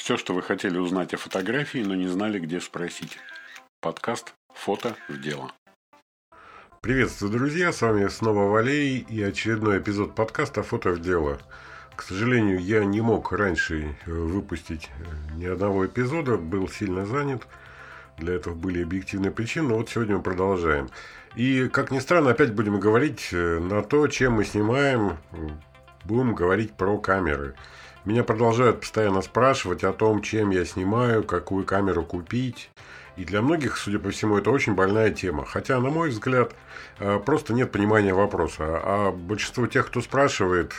Все, что вы хотели узнать о фотографии, но не знали, где спросить. Подкаст «Фото в дело». Приветствую, друзья! С вами снова Валерий и очередной эпизод подкаста «Фото в дело». К сожалению, я не мог раньше выпустить ни одного эпизода, был сильно занят. Для этого были объективные причины, но вот сегодня мы продолжаем. И, как ни странно, опять будем говорить на то, чем мы снимаем. Будем говорить про камеры. Меня продолжают постоянно спрашивать о том, чем я снимаю, какую камеру купить. И для многих, судя по всему, это очень больная тема. Хотя, на мой взгляд, просто нет понимания вопроса. А большинство тех, кто спрашивает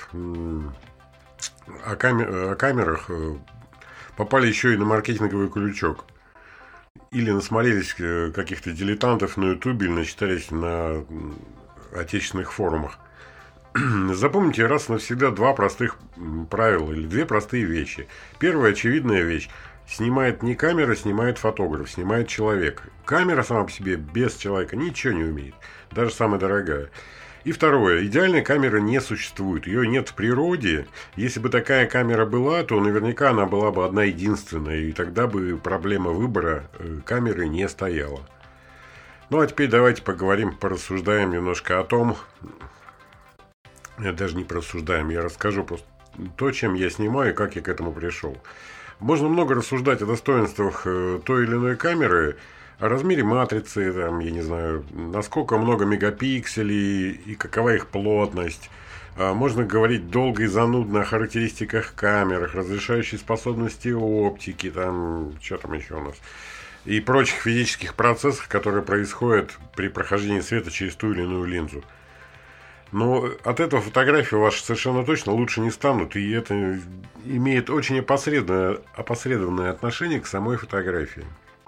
о камерах, попали еще и на маркетинговый крючок. Или насмотрелись каких-то дилетантов на Ютубе, или начитались на отечественных форумах. Запомните раз навсегда два простых правила или две простые вещи. Первая очевидная вещь. Снимает не камера, снимает фотограф, снимает человек. Камера сама по себе без человека ничего не умеет. Даже самая дорогая. И второе. Идеальной камеры не существует. Ее нет в природе. Если бы такая камера была, то наверняка она была бы одна единственная. И тогда бы проблема выбора камеры не стояла. Ну а теперь давайте поговорим, порассуждаем немножко о том... Я даже не порассуждаем, я расскажу просто то, чем я снимаю и как я к этому пришел. Можно много рассуждать о достоинствах той или иной камеры, о размере матрицы, там, я не знаю, насколько много мегапикселей и какова их плотность. Можно говорить долго и занудно о характеристиках камер, разрешающей способности оптики, там, что там еще у нас, и прочих физических процессах, которые происходят при прохождении света через ту или иную линзу. Но от этого фотографии ваши совершенно точно лучше не станут, и это имеет очень опосредованное отношение к самой фотографии.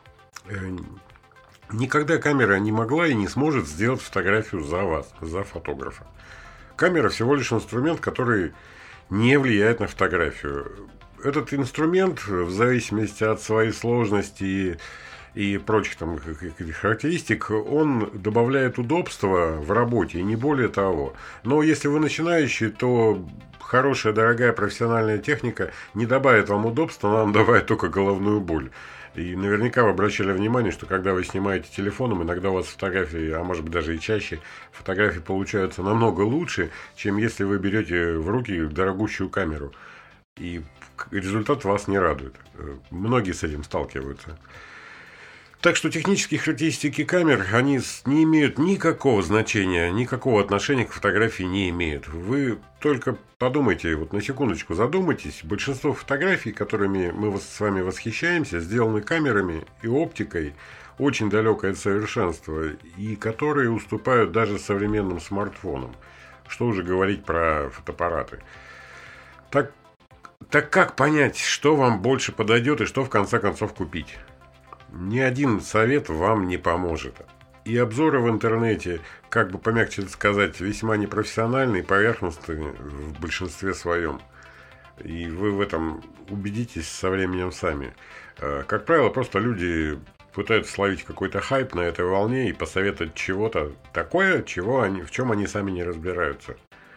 Никогда камера не могла и не сможет сделать фотографию за вас, за фотографа. Камера всего лишь инструмент, который не влияет на фотографию. Этот инструмент, в зависимости от своей сложности и прочих там характеристик, он добавляет удобства в работе, и не более того. Но если вы начинающий, то хорошая, дорогая профессиональная техника не добавит вам удобства, она добавит только головную боль. И наверняка вы обращали внимание, что когда вы снимаете телефоном, иногда у вас фотографии, а может быть даже и чаще, фотографии получаются намного лучше, чем если вы берете в руки дорогущую камеру. И результат вас не радует. Многие с этим сталкиваются. Так что технические характеристики камер, они не имеют никакого значения, никакого отношения к фотографии не имеют. Вы только подумайте, вот на секундочку задумайтесь, большинство фотографий, которыми мы с вами восхищаемся, сделаны камерами и оптикой, очень далекой от совершенства, и которые уступают даже современным смартфонам. Что уже говорить про фотоаппараты. Так как понять, что вам больше подойдет и что в конце концов купить? Ни один совет вам не поможет. И обзоры в интернете, как бы помягче сказать, весьма непрофессиональные, поверхностные в большинстве своем. И вы в этом убедитесь со временем сами. Как правило, просто люди пытаются словить какой-то хайп на этой волне и посоветовать чего-то такое, в чем они сами не разбираются.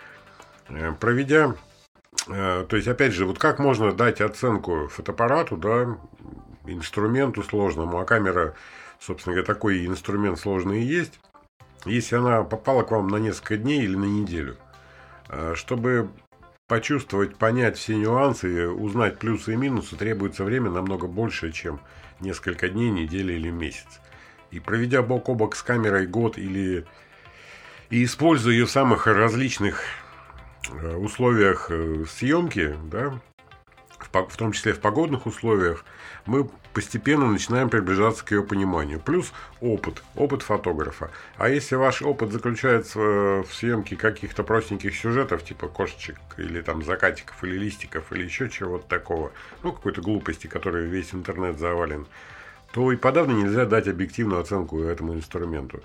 То есть, опять же, вот как можно дать оценку фотоаппарату, да, инструменту сложному, а камера, собственно говоря, такой инструмент сложный и есть, если она попала к вам на несколько дней или на неделю. Чтобы почувствовать, понять все нюансы, узнать плюсы и минусы, требуется время намного больше, чем несколько дней, недели или месяц. И проведя бок о бок с камерой год и используя ее в самых различных условиях съемки, да, в том числе в погодных условиях, мы постепенно начинаем приближаться к ее пониманию. Плюс опыт фотографа. А если ваш опыт заключается в съемке каких-то простеньких сюжетов, типа кошечек, или там закатиков, или листиков, или еще чего-то такого, ну, какой-то глупости, которой весь интернет завален, то и подавно нельзя дать объективную оценку этому инструменту.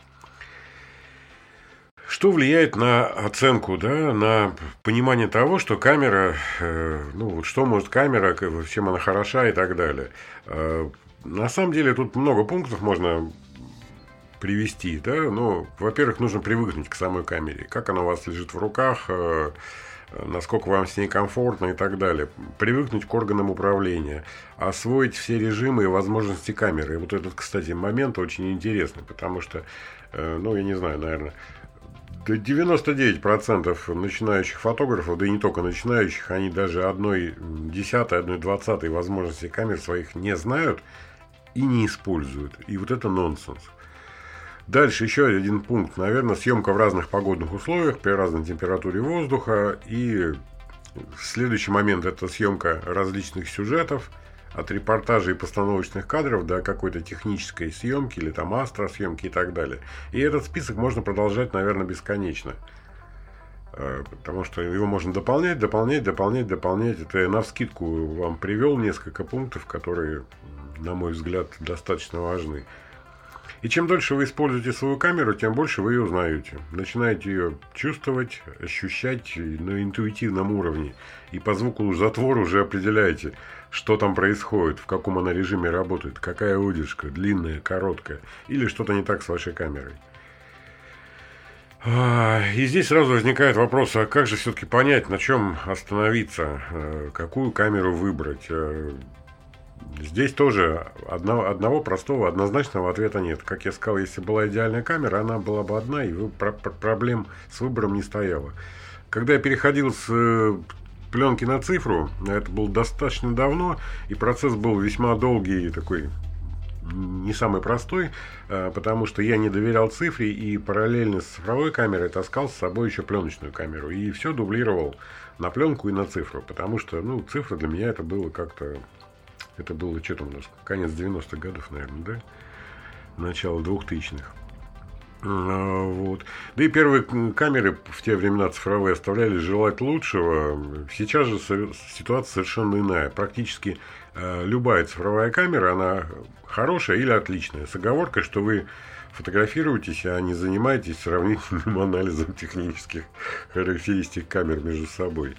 Что влияет на оценку, да, на понимание того, что камера, что может камера, чем она хороша и так далее. На самом деле тут много пунктов можно привести, да. Ну, во-первых, нужно привыкнуть к самой камере, как она у вас лежит в руках, насколько вам с ней комфортно и так далее. Привыкнуть к органам управления, освоить все режимы и возможности камеры. И вот этот, кстати, момент очень интересный, потому что, ну, я не знаю, наверное, до 99% начинающих фотографов, да и не только начинающих, они даже 1/10, 1/20 возможностей камер своих не знают и не используют. И вот это нонсенс. Дальше еще один пункт. Наверное, съемка в разных погодных условиях, при разной температуре воздуха. И следующий момент – это съемка различных сюжетов. От репортажей и постановочных кадров до какой-то технической съемки или там астросъемки и так далее. И этот список можно продолжать, наверное, бесконечно. Потому что его можно дополнять. Это я навскидку вам привел несколько пунктов, которые, на мой взгляд, достаточно важны. И чем дольше вы используете свою камеру, тем больше вы ее узнаете. Начинаете ее чувствовать, ощущать на интуитивном уровне. И по звуку затвора уже определяете, что там происходит, в каком она режиме работает, какая удержка, длинная, короткая, или что-то не так с вашей камерой. И здесь сразу возникает вопрос, а как же все-таки понять, на чем остановиться, какую камеру выбрать? Здесь тоже одного простого, однозначного ответа нет. Как я сказал, если была идеальная камера, она была бы одна, и проблем с выбором не стояло. Когда я переходил с пленки на цифру, это было достаточно давно, и процесс был весьма долгий, такой не самый простой, потому что я не доверял цифре и параллельно с цифровой камерой таскал с собой еще пленочную камеру. И все дублировал на пленку и на цифру, потому что, ну, цифра для меня это было как-то... Это было что-то у нас, конец 90-х годов, наверное, да? Начало 2000-х. Вот. Да и первые камеры в те времена цифровые оставляли желать лучшего. Сейчас же ситуация совершенно иная. Практически любая цифровая камера, она хорошая или отличная. С оговоркой, что вы фотографируетесь, а не занимаетесь сравнительным анализом технических характеристик камер между собой.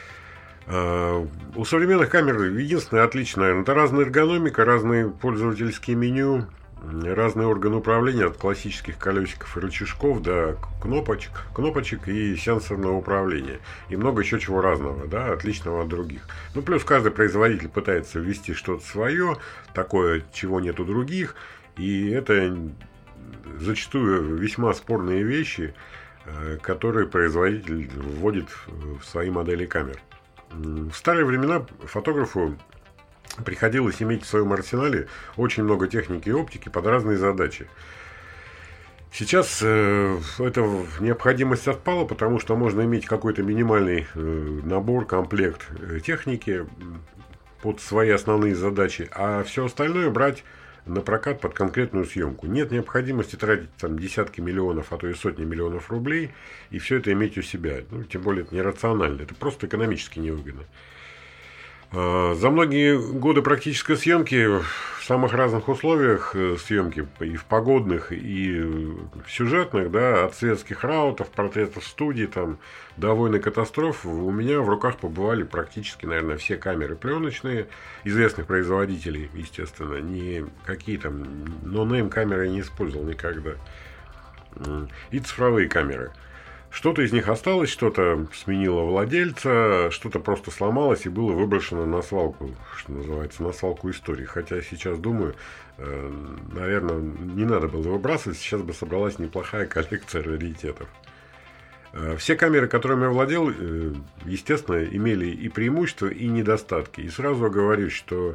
У современных камер единственное отличие, это разная эргономика, разные пользовательские меню, разные органы управления, от классических колесиков и рычажков до кнопочек и сенсорного управления. И много еще чего разного, да, отличного от других. Ну, плюс каждый производитель пытается ввести что-то свое, такое, чего нет у других. И это зачастую весьма спорные вещи, которые производитель вводит в свои модели камер. В старые времена фотографу приходилось иметь в своем арсенале очень много техники и оптики под разные задачи. Сейчас эта необходимость отпала, потому что можно иметь какой-то минимальный набор, комплект техники под свои основные задачи, а все остальное брать на прокат под конкретную съемку. Нет необходимости тратить там десятки миллионов, а то и сотни миллионов рублей, и все это иметь у себя. Ну, тем более это нерационально, это просто экономически невыгодно. За многие годы практической съемки в самых разных условиях съемки, и в погодных, и в сюжетных, да, от светских раутов, портретов студий, там, до войн и катастроф, у меня в руках побывали практически, наверное, все камеры пленочные, известных производителей, естественно, не какие там нонейм камеры я не использовал никогда, и цифровые камеры. Что-то из них осталось, что-то сменило владельца, что-то просто сломалось и было выброшено на свалку, что называется, на свалку истории. Хотя сейчас думаю, наверное, не надо было выбрасывать, сейчас бы собралась неплохая коллекция раритетов. Все камеры, которыми я владел, естественно, имели и преимущества, и недостатки. И сразу оговорюсь, что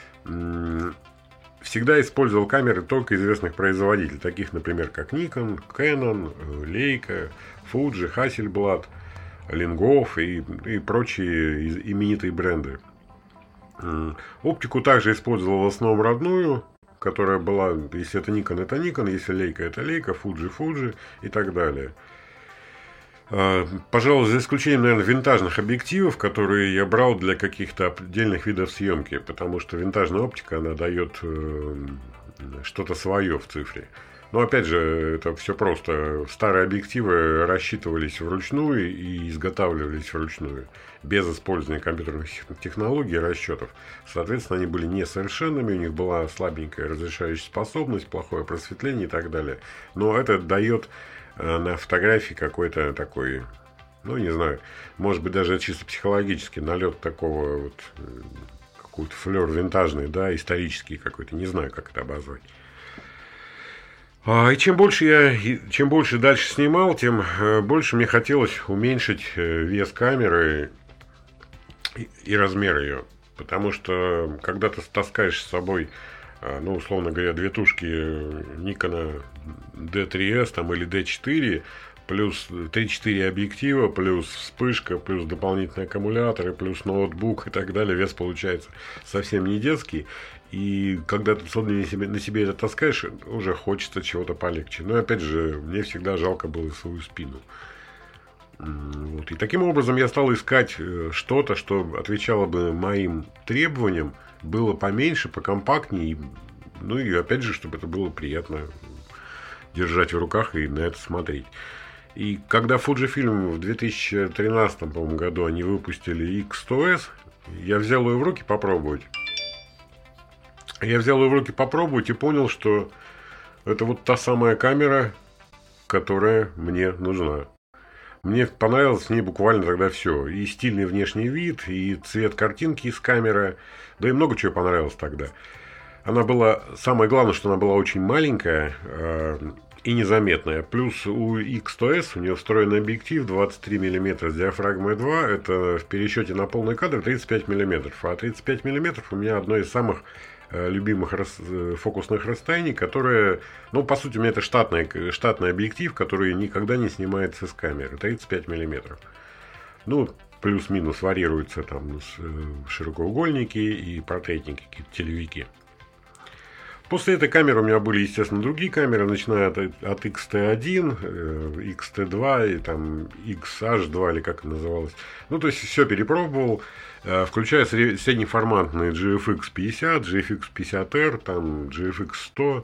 всегда использовал камеры только известных производителей, таких, например, как Nikon, Canon, Leica, Fuji, Hasselblad, Linghoff и прочие именитые бренды. Оптику также использовал в основном родную, которая была, если это Nikon, если Leica, это Leica, Fuji и так далее. Пожалуй, за исключением, наверное, винтажных объективов, которые я брал для каких-то отдельных видов съемки, потому что винтажная оптика, она дает что-то свое в цифре. Но, опять же, это все просто. Старые объективы рассчитывались вручную и изготавливались вручную, без использования компьютерных технологий и расчетов. Соответственно, они были несовершенными, у них была слабенькая разрешающая способность, плохое просветление и так далее. Но это дает на фотографии какой-то такой Ну, не знаю, может быть, даже чисто психологически налет такого вот, какой-то флер винтажный, да, исторический какой-то, не знаю, как это обозвать. И чем больше дальше снимал, тем больше мне хотелось уменьшить вес камеры и размер ее. Потому что, когда ты таскаешь с собой, ну, условно говоря, две тушки Nikon D3S там, или D4, плюс 3-4 объектива, плюс вспышка, плюс дополнительные аккумуляторы, плюс ноутбук и так далее, вес получается совсем не детский. И когда ты на себе это таскаешь, уже хочется чего-то полегче. Но опять же, мне всегда жалко было свою спину. Вот. И таким образом я стал искать что-то, что отвечало бы моим требованиям, было поменьше, покомпактнее, ну и опять же, чтобы это было приятно держать в руках и на это смотреть. И когда Fujifilm в 2013, по-моему, году они выпустили X100S, я взял ее в руки попробовать. И понял, что это вот та самая камера, которая мне нужна. Мне понравилось в ней буквально тогда все. И стильный внешний вид, и цвет картинки из камеры. Да и много чего понравилось тогда. Самое главное, что она была очень маленькая и незаметная. Плюс у X100S у нее встроенный объектив 23 мм с диафрагмой 2. Это в пересчете на полный кадр 35 мм. А 35 мм у меня одно из самых любимых фокусных расстояний, которое, ну, по сути, у меня это штатный объектив, который никогда не снимается с камеры, 35 мм. Ну, плюс-минус варьируются там широкоугольники и портретники, какие-то телевики. После этой камеры у меня были, естественно, другие камеры, начиная от XT1, XT2 и там XH2, или как это называлось. Ну, то есть, все перепробовал, включая среднеформатные GFX 50, GFX 50R, там GFX 100.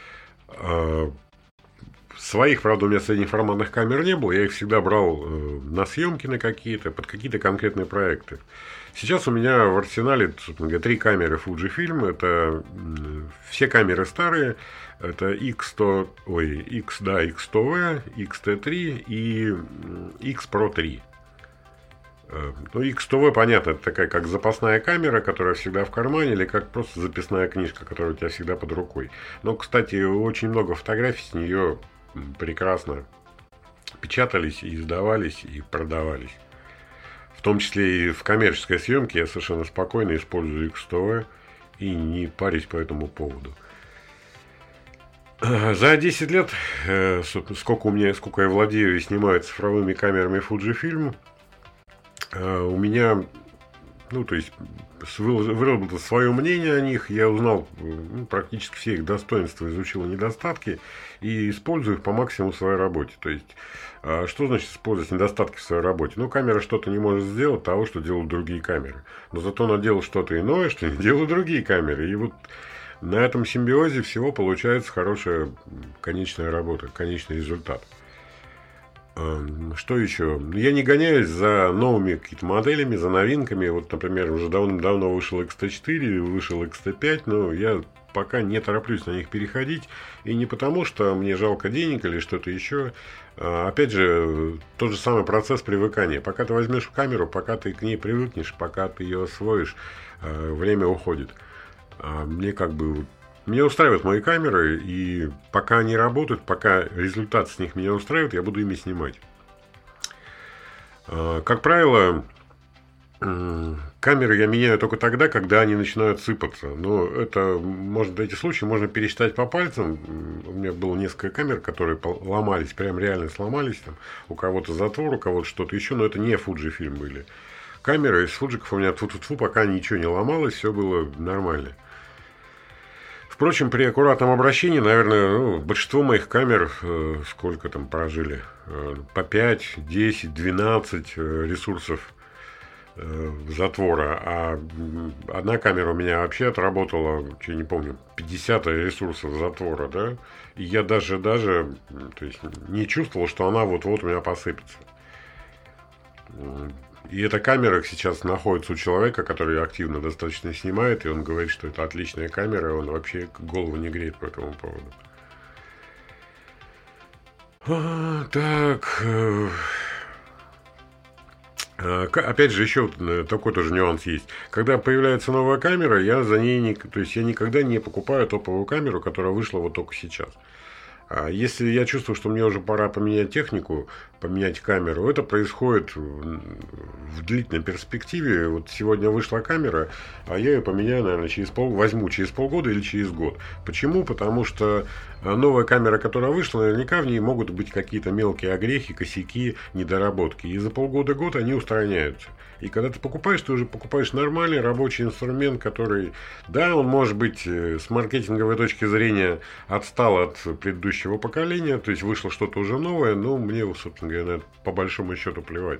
Своих, правда, у меня среднеформатных камер не было. Я их всегда брал на съемки на какие-то, под какие-то конкретные проекты. Сейчас у меня в арсенале, собственно говоря, 3 камеры Fujifilm. Это все камеры старые. Это X100V, XT3 и X Pro 3. Ну, X100V, понятно, это такая как запасная камера, которая всегда в кармане, или как просто записная книжка, которая у тебя всегда под рукой. Но, кстати, очень много фотографий с нее прекрасно печатались, и издавались, и продавались. В том числе и в коммерческой съемке я совершенно спокойно использую X100V и не парюсь по этому поводу. За 10 лет, сколько я владею и снимаю цифровыми камерами Fujifilm, у меня, ну, то есть, выработал свое мнение о них, я узнал практически все их достоинства, изучил недостатки и использую их по максимуму в своей работе. То есть, что значит использовать недостатки в своей работе? Ну, камера что-то не может сделать того, что делают другие камеры. Но зато она делает что-то иное, что не делают другие камеры. И вот на этом симбиозе всего получается хорошая конечная работа, конечный результат. Что еще? Я не гоняюсь за новыми какими-то моделями, за новинками. Вот, например, уже давно вышел XT4, вышел XT5, но я пока не тороплюсь на них переходить. И не потому, что мне жалко денег или что-то еще. Опять же, тот же самый процесс привыкания. Пока ты возьмешь камеру, пока ты к ней привыкнешь, пока ты ее освоишь, время уходит. Меня устраивают мои камеры, и пока они работают, пока результат с них меня устраивает, я буду ими снимать. Как правило, камеры я меняю только тогда, когда они начинают сыпаться. Но эти случаи можно пересчитать по пальцам. У меня было несколько камер, которые ломались, прям реально сломались. Там, у кого-то затвор, у кого-то что-то еще, но это не Fujifilm были. Камеры из фуджиков у меня тьфу-тьфу-тьфу, пока ничего не ломалось, все было нормально. Впрочем, при аккуратном обращении, наверное, большинство моих камер сколько там прожили? По 5, 10, 12 ресурсов затвора. А одна камера у меня вообще отработала, я не помню, 50 ресурсов затвора, да? И я даже то есть, не чувствовал, что она вот-вот у меня посыпется. И эта камера сейчас находится у человека, который активно достаточно снимает, и он говорит, что это отличная камера, и он вообще голову не греет по этому поводу. Так, Опять же, еще такой тоже нюанс есть. Когда появляется новая камера, я за ней то есть я никогда не покупаю топовую камеру, которая вышла вот только сейчас. А если я чувствую, что мне уже пора поменять технику, поменять камеру, это происходит в длительной перспективе. Вот сегодня вышла камера, а я ее поменяю, наверное, возьму через полгода или через год. Почему? Потому что новая камера, которая вышла, наверняка в ней могут быть какие-то мелкие огрехи, косяки, недоработки. И за полгода-год они устраняются. И когда ты покупаешь, ты уже покупаешь нормальный рабочий инструмент, который, да, он может быть с маркетинговой точки зрения отстал от предыдущего поколения, то есть вышло что-то уже новое, но мне, собственно говоря, на это по большому счету плевать.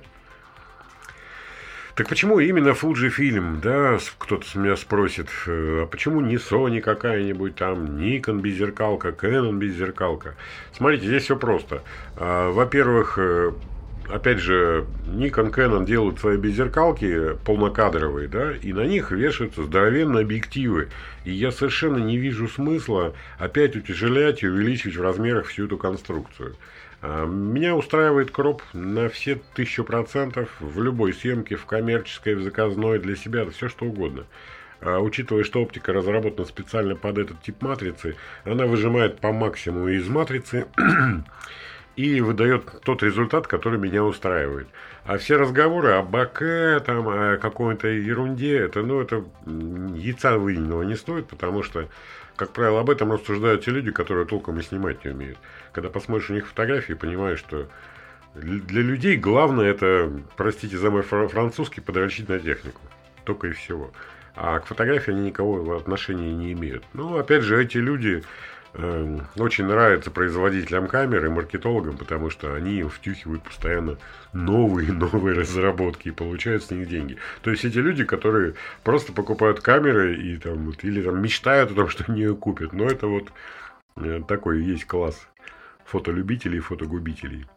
Так почему именно Fujifilm, да, кто-то с меня спросит, а почему не Sony какая-нибудь там, Nikon беззеркалка, Canon беззеркалка? Смотрите, здесь все просто. Во-первых, опять же, Nikon, Canon делают свои беззеркалки полнокадровые, да, и на них вешаются здоровенные объективы. И я совершенно не вижу смысла опять утяжелять и увеличивать в размерах всю эту конструкцию. Меня устраивает кроп на все 1000% в любой съемке, в коммерческой, в заказной, для себя, все что угодно. Учитывая, что оптика разработана специально под этот тип матрицы, она выжимает по максимуму из матрицы и выдает тот результат, который меня устраивает. А все разговоры о боке, там, о какой-то ерунде, это яйца выеденного не стоит, потому что, как правило, об этом рассуждают те люди, которые толком и снимать не умеют. Когда посмотришь у них фотографии, понимаешь, что для людей главное это, простите за мой французский, подрочить на технику. Только и всего. А к фотографии они никакого отношения не имеют. Ну, опять же, эти люди очень нравятся производителям камер и маркетологам, потому что они им втюхивают постоянно новые разработки и получают с них деньги. То есть эти люди, которые просто покупают камеры и или мечтают о том, что они ее купят. Но это вот такой есть класс фотолюбителей и фотогубителей.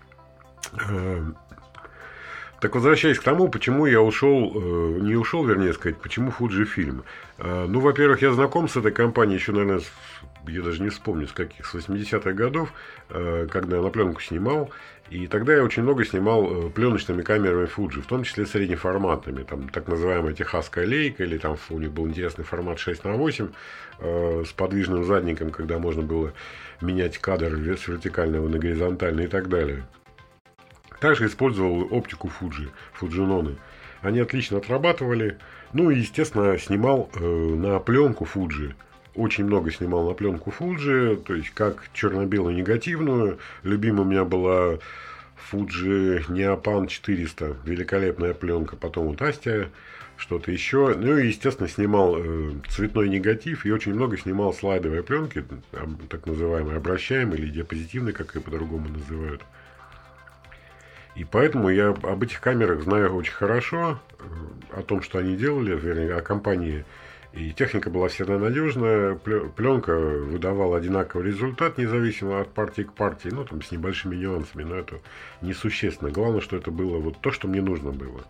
Так, возвращаясь к тому, почему я вернее сказать, почему Fujifilm. Ну, во-первых, я знаком с этой компанией еще, наверное, я даже не вспомню, с 80-х годов, когда я на пленку снимал. И тогда я очень много снимал пленочными камерами Fuji, в том числе среднеформатными. Там так называемая техасская лейка, или там у них был интересный формат 6:8 с подвижным задником, когда можно было менять кадр с вертикального на горизонтальный и так далее. Также использовал оптику Fujinon. Они отлично отрабатывали. Ну и, естественно, снимал на пленку Fuji. Очень много снимал на пленку Fuji, то есть как черно-белую негативную. Любимая у меня была Fuji Neopan 400, великолепная пленка. Потом вот Astia, что-то еще. Ну и, естественно, снимал цветной негатив и очень много снимал слайдовые пленки, так называемые обращаемые или диапозитивные, как их по-другому называют. И поэтому я об этих камерах знаю очень хорошо, о том, что они делали, вернее, о компании. И техника была всегда надежная, пленка выдавала одинаковый результат, независимо от партии к партии, ну, там, с небольшими нюансами, но это несущественно. Главное, что это было вот то, что мне нужно было.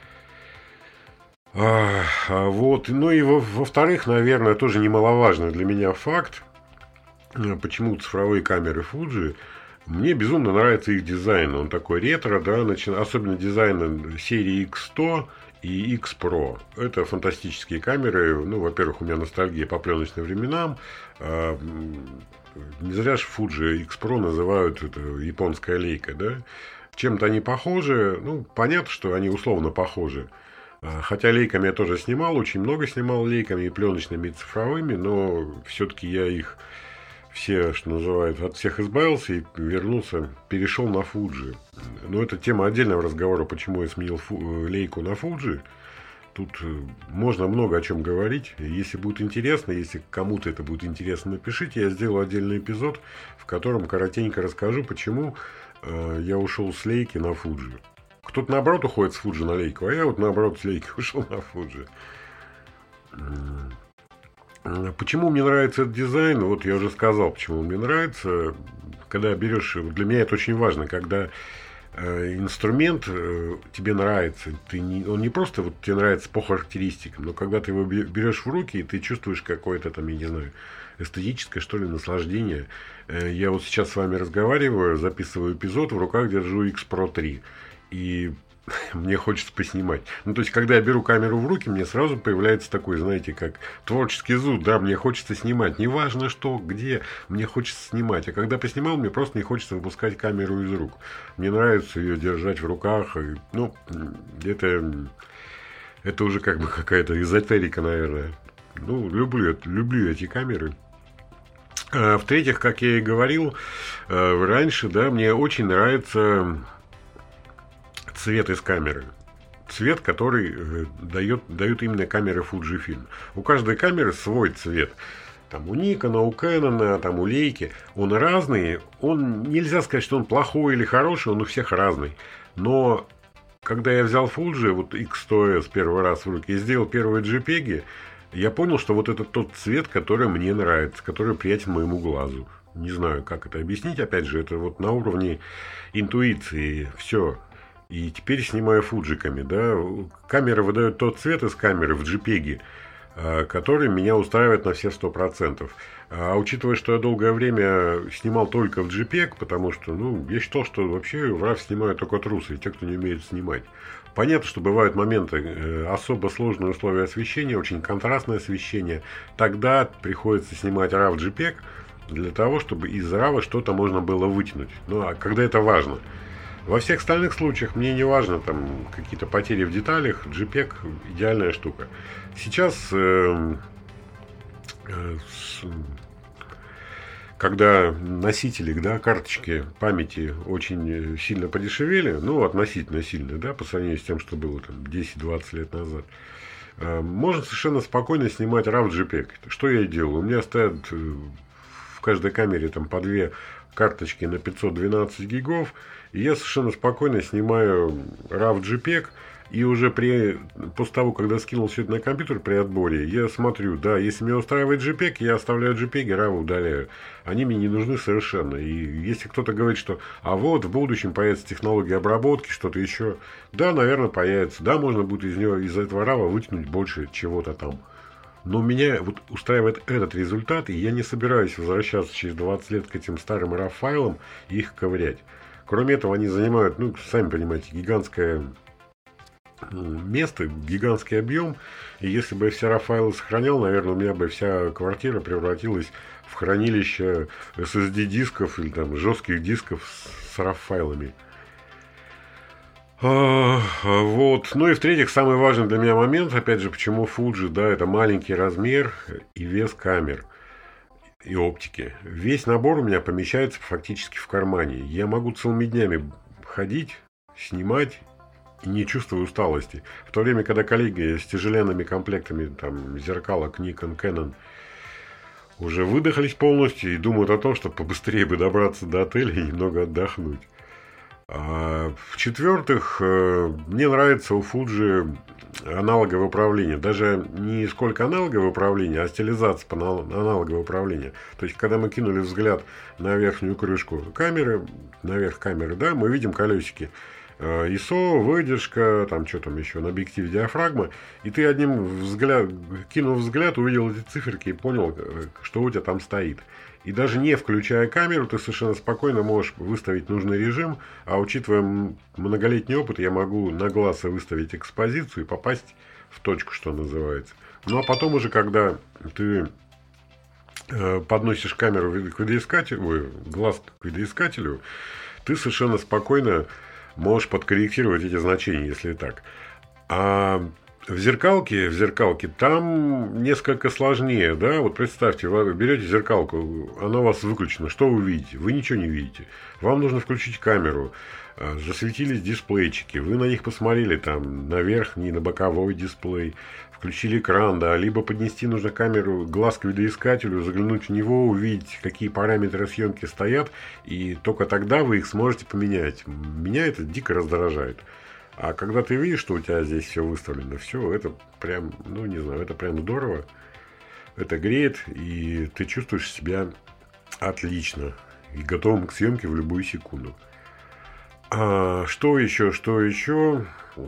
Вот. Ну и во-вторых, наверное, тоже немаловажный для меня факт, почему цифровые камеры Fuji. Мне безумно нравится их дизайн. Он такой ретро, да, особенно дизайн серии X100 и X Pro. Это фантастические камеры. Ну, во-первых, у меня ностальгия по пленочным временам. Не зря же Fuji X Pro называют это японская лейка, да. Чем-то они похожи. Ну, понятно, что они условно похожи. Хотя лейками я тоже снимал, очень много снимал лейками, и пленочными, и цифровыми, но все-таки я их все, что называют, от всех избавился и перешел на Fuji. Но это тема отдельного разговора, почему я сменил лейку на Fuji. Тут можно много о чем говорить. Если будет интересно, если кому-то это будет интересно, напишите. Я сделаю отдельный эпизод, в котором коротенько расскажу, почему я ушел с лейки на Fuji. Кто-то наоборот уходит с Fuji на лейку, а я вот наоборот с лейки ушел на Fuji. Почему мне нравится этот дизайн? Вот я уже сказал, почему он мне нравится. Когда берешь, для меня это очень важно, когда инструмент тебе нравится, он не просто вот тебе нравится по характеристикам, но когда ты его берешь в руки, и ты чувствуешь какое-то там, я не знаю, эстетическое, что ли, наслаждение. Я вот сейчас с вами разговариваю, записываю эпизод, в руках держу X Pro 3. И мне хочется поснимать. Ну, то есть, когда я беру камеру в руки, мне сразу появляется такой, знаете, как творческий зуд, да, мне хочется снимать. Неважно что, где, мне хочется снимать. А когда поснимал, мне просто не хочется выпускать камеру из рук. Мне нравится ее держать в руках. И, ну, это уже как бы какая-то эзотерика, наверное. Ну, люблю эти камеры. В-третьих, как я и говорил раньше, да, мне очень нравится цвет из камеры. Цвет, который дают именно камеры Fujifilm. У каждой камеры свой цвет. Там у Nikon, у Canon, там у Leica. Он разный. Он, нельзя сказать, что он плохой или хороший, он у всех разный. Но когда я взял Fuji, вот X100S первый раз в руки и сделал первые JPEG, я понял, что вот это тот цвет, который мне нравится, который приятен моему глазу. Не знаю, как это объяснить. Опять же, это вот на уровне интуиции. Все. И теперь снимаю фуджиками, да. Камера выдает тот цвет из камеры в JPEG, который меня устраивает на все 100%. А учитывая, что я долгое время снимал только в JPEG, потому что, ну, я считал, что вообще в RAW снимают только трусы, те, кто не умеет снимать. Понятно, что бывают моменты, особо сложные условия освещения, очень контрастное освещение. Тогда приходится снимать RAW в JPEG для того, чтобы из RAW что-то можно было вытянуть. Ну, а когда это важно. Во всех остальных случаях мне не важно там какие-то потери в деталях, JPEG идеальная штука. Сейчас, когда носители, да, карточки памяти очень сильно подешевели, ну, относительно сильно, да, по сравнению с тем, что было там 10-20 лет назад, можно совершенно спокойно снимать RAW JPEG. Что я и делал? У меня стоят в каждой камере там по 2 карточки на 512 гигов, и я совершенно спокойно снимаю RAW JPEG, и уже после того, когда скинул все это на компьютер при отборе, я смотрю, да, если меня устраивает JPEG, я оставляю JPEG, RAW удаляю. Они мне не нужны совершенно. И если кто-то говорит, что а вот в будущем появится технология обработки, что-то еще, да, наверное, появится. Да, можно будет из этого RAW вытянуть больше чего-то там. Но меня вот устраивает этот результат, и я не собираюсь возвращаться через 20 лет к этим старым RAW-файлам и их ковырять. Кроме этого, они занимают, ну, сами понимаете, гигантское место, гигантский объем. И если бы я все RAW-файлы сохранял, наверное, у меня бы вся квартира превратилась в хранилище SSD-дисков или там жестких дисков с RAW-файлами. Вот. Ну и в-третьих, самый важный для меня момент, опять же, почему Fuji, да, это маленький размер и вес камер и оптики. Весь набор у меня помещается фактически в кармане. Я могу целыми днями ходить, снимать и не чувствую усталости. В то время, когда коллеги с тяжеленными комплектами там зеркалок Nikon, Canon уже выдохлись полностью и думают о том, чтобы побыстрее бы добраться до отеля и немного отдохнуть. В-четвертых, мне нравится у Fuji аналоговое управление. Даже не сколько аналоговое управление, а стилизация по аналоговое управление. То есть, когда мы кинули взгляд на верхнюю крышку камеры, наверх камеры, да, мы видим колесики. ISO, выдержка, там что там еще, на объективе диафрагма. И ты кинув взгляд, увидел эти циферки и понял, что у тебя там стоит. И даже не включая камеру, ты совершенно спокойно можешь выставить нужный режим. А учитывая многолетний опыт, я могу на глаз выставить экспозицию и попасть в точку, что называется. Ну а потом уже, когда ты подносишь камеру к видоискателю, глаз к видоискателю, ты совершенно спокойно можешь подкорректировать эти значения, если так. А в зеркалке там несколько сложнее, да, вот представьте, вы берете зеркалку, она у вас выключена, что вы видите? Вы ничего не видите. Вам нужно включить камеру, засветились дисплейчики, вы на них посмотрели, там, на верхний, на боковой дисплей, включили экран, да, либо поднести нужно камеру, глаз к видоискателю, заглянуть в него, увидеть, какие параметры съемки стоят, и только тогда вы их сможете поменять. Меня это дико раздражает. А когда ты видишь, что у тебя здесь все выставлено, все, это прям, ну не знаю, это прям здорово. Это греет, и ты чувствуешь себя отлично. И готовым к съемке в любую секунду. Что еще?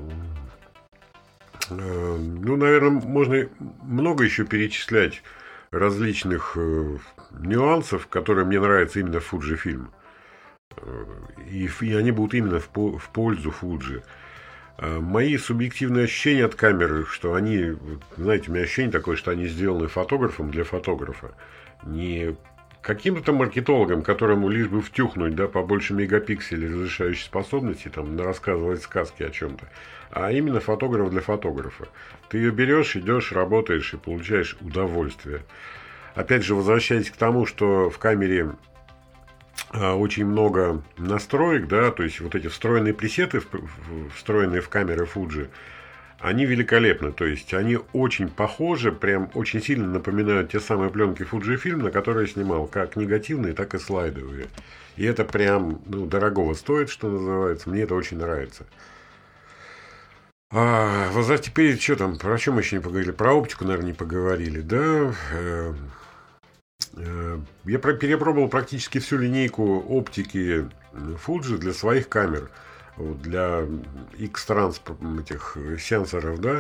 Ну, наверное, можно много еще перечислять различных нюансов, которые мне нравятся именно в Fujifilm. И они будут именно в пользу Fuji. Мои субъективные ощущения от камеры, что они, знаете, у меня ощущение такое, что они сделаны фотографом для фотографа. Не каким-то там маркетологом, которому лишь бы втюхнуть, да, побольше мегапикселей разрешающей способности, там, рассказывать сказки о чем-то, а именно фотограф для фотографа. Ты ее берешь, идешь, работаешь и получаешь удовольствие. Опять же, возвращаясь к тому, что в камере очень много настроек, да, то есть вот эти встроенные пресеты, встроенные в камеры Fuji, они великолепны, то есть они очень похожи, прям очень сильно напоминают те самые пленки Fujifilm, на которые я снимал, как негативные, так и слайдовые. И это прям, дорогого стоит, что называется, мне это очень нравится. Вот теперь, что там, про чем мы еще не поговорили? Про оптику, наверное, не поговорили, да? Я перепробовал практически всю линейку оптики Fuji для своих камер, для X-Trans этих сенсоров, да,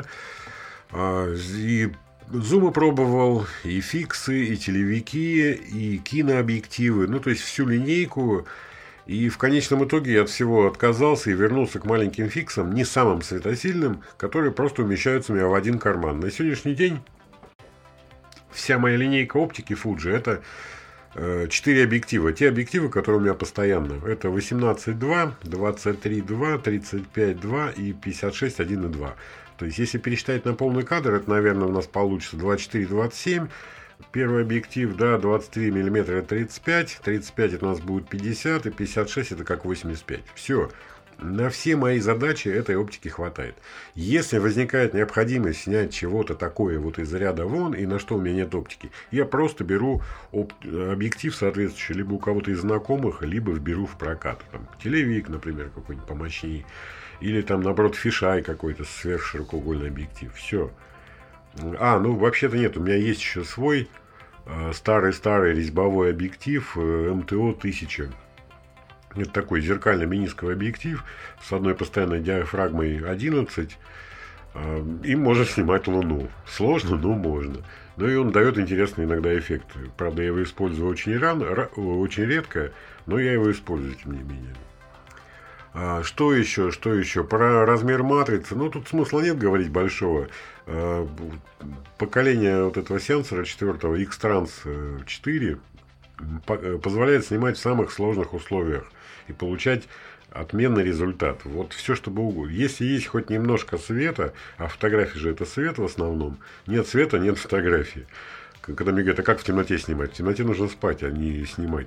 и зумы пробовал, и фиксы, и телевики, и кинообъективы, то есть всю линейку. И в конечном итоге я от всего отказался и вернулся к маленьким фиксам, не самым светосильным, которые просто умещаются у меня в один карман. На сегодняшний день вся моя линейка оптики Fuji — это 4 объектива. Те объективы, которые у меня постоянно. Это 18.2, 23.2, 35.2 и 56.1.2. То есть, если пересчитать на полный кадр, это, наверное, у нас получится 24-27. Первый объектив, да, 23 мм это 35, 35 это у нас будет 50, и 56 это как 85. Все. На все мои задачи этой оптики хватает. Если возникает необходимость снять чего-то такое вот из ряда вон, и на что у меня нет оптики, я просто беру объектив соответствующий либо у кого-то из знакомых, либо беру в прокат. Там, телевик, например, какой-нибудь помощнее. Или там, наоборот, фишай какой-то сверхширокоугольный объектив. Все. Вообще-то нет. У меня есть еще свой старый-старый резьбовой объектив МТО 1000. Это такой зеркально-менисковый объектив с одной постоянной диафрагмой 11. Им можно снимать Луну. Сложно, но можно. Но и он дает интересный иногда эффект. Правда, я его использую очень редко, но я его использую, тем не менее. Что еще? Про размер матрицы. Тут смысла нет говорить большого. Поколение вот этого сенсора 4-го X-Trans 4 позволяет снимать в самых сложных условиях и получать отменный результат. Вот все, что угодно. Если есть хоть немножко света, а фотографии же это свет в основном, нет света, нет фотографии. Когда мне говорят, а как в темноте снимать? В темноте нужно спать, а не снимать.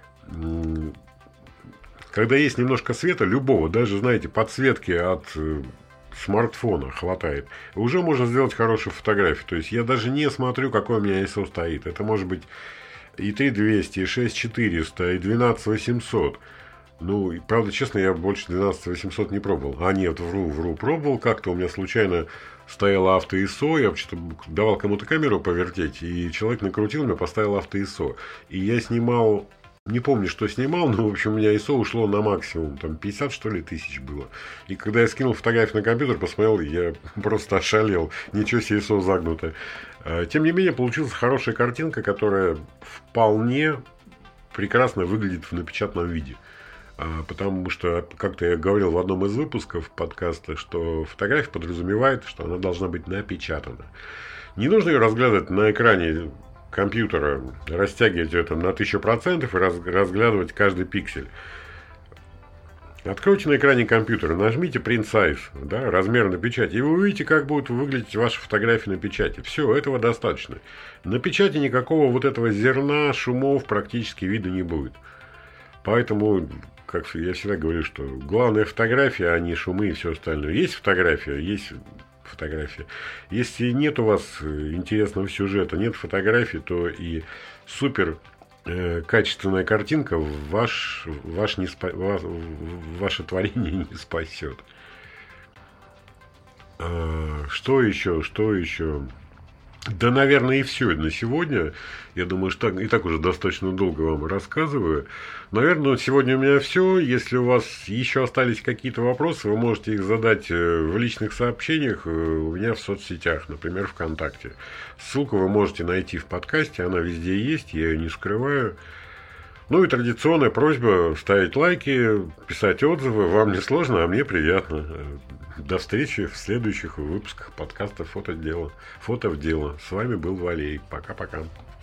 Когда есть немножко света, любого, даже, знаете, подсветки от смартфона хватает, уже можно сделать хорошую фотографию. То есть я даже не смотрю, какой у меня ISO стоит. Это может быть и 3200, и 6400, и 12800. Правда, честно, я больше 12800 не пробовал. Нет, вру. Пробовал как-то. У меня случайно стояла авто-ISO. Я вообще-то давал кому-то камеру повертеть, и человек накрутил меня, поставил авто-ISO. И я снимал... Не помню, что снимал, но, в общем, у меня ISO ушло на максимум. Там 50, что ли, тысяч было. И когда я скинул фотографию на компьютер, посмотрел, я просто ошалел. Ничего себе, ISO загнуто. Тем не менее, получилась хорошая картинка, которая вполне прекрасно выглядит в напечатанном виде. Потому что, как-то я говорил в одном из выпусков подкаста, что фотография подразумевает, что она должна быть напечатана. Не нужно ее разглядывать на экране компьютера, растягивать ее там на 1000% и разглядывать каждый пиксель. Откройте на экране компьютера, нажмите Print Size, да, размер на печати, и вы увидите, как будут выглядеть ваши фотографии на печати. Все, этого достаточно. На печати никакого вот этого зерна, шумов практически видно не будет. Поэтому, как я всегда говорю, что главная фотография, а не шумы и все остальное. Есть фотография, есть фотография. Если нет у вас интересного сюжета, нет фотографии, то и супер качественная картинка ваше творение не спасет. Что еще? Да, наверное, и все на сегодня. Я думаю, что и так уже достаточно долго вам рассказываю. Наверное, сегодня у меня все. Если у вас еще остались какие-то вопросы, вы можете их задать в личных сообщениях у меня в соцсетях, например, ВКонтакте. Ссылку вы можете найти в подкасте, она везде есть, я ее не скрываю. Ну и традиционная просьба ставить лайки, писать отзывы. Вам не сложно, а мне приятно. До встречи в следующих выпусках подкаста «Фото в дело». С вами был Валей. Пока-пока.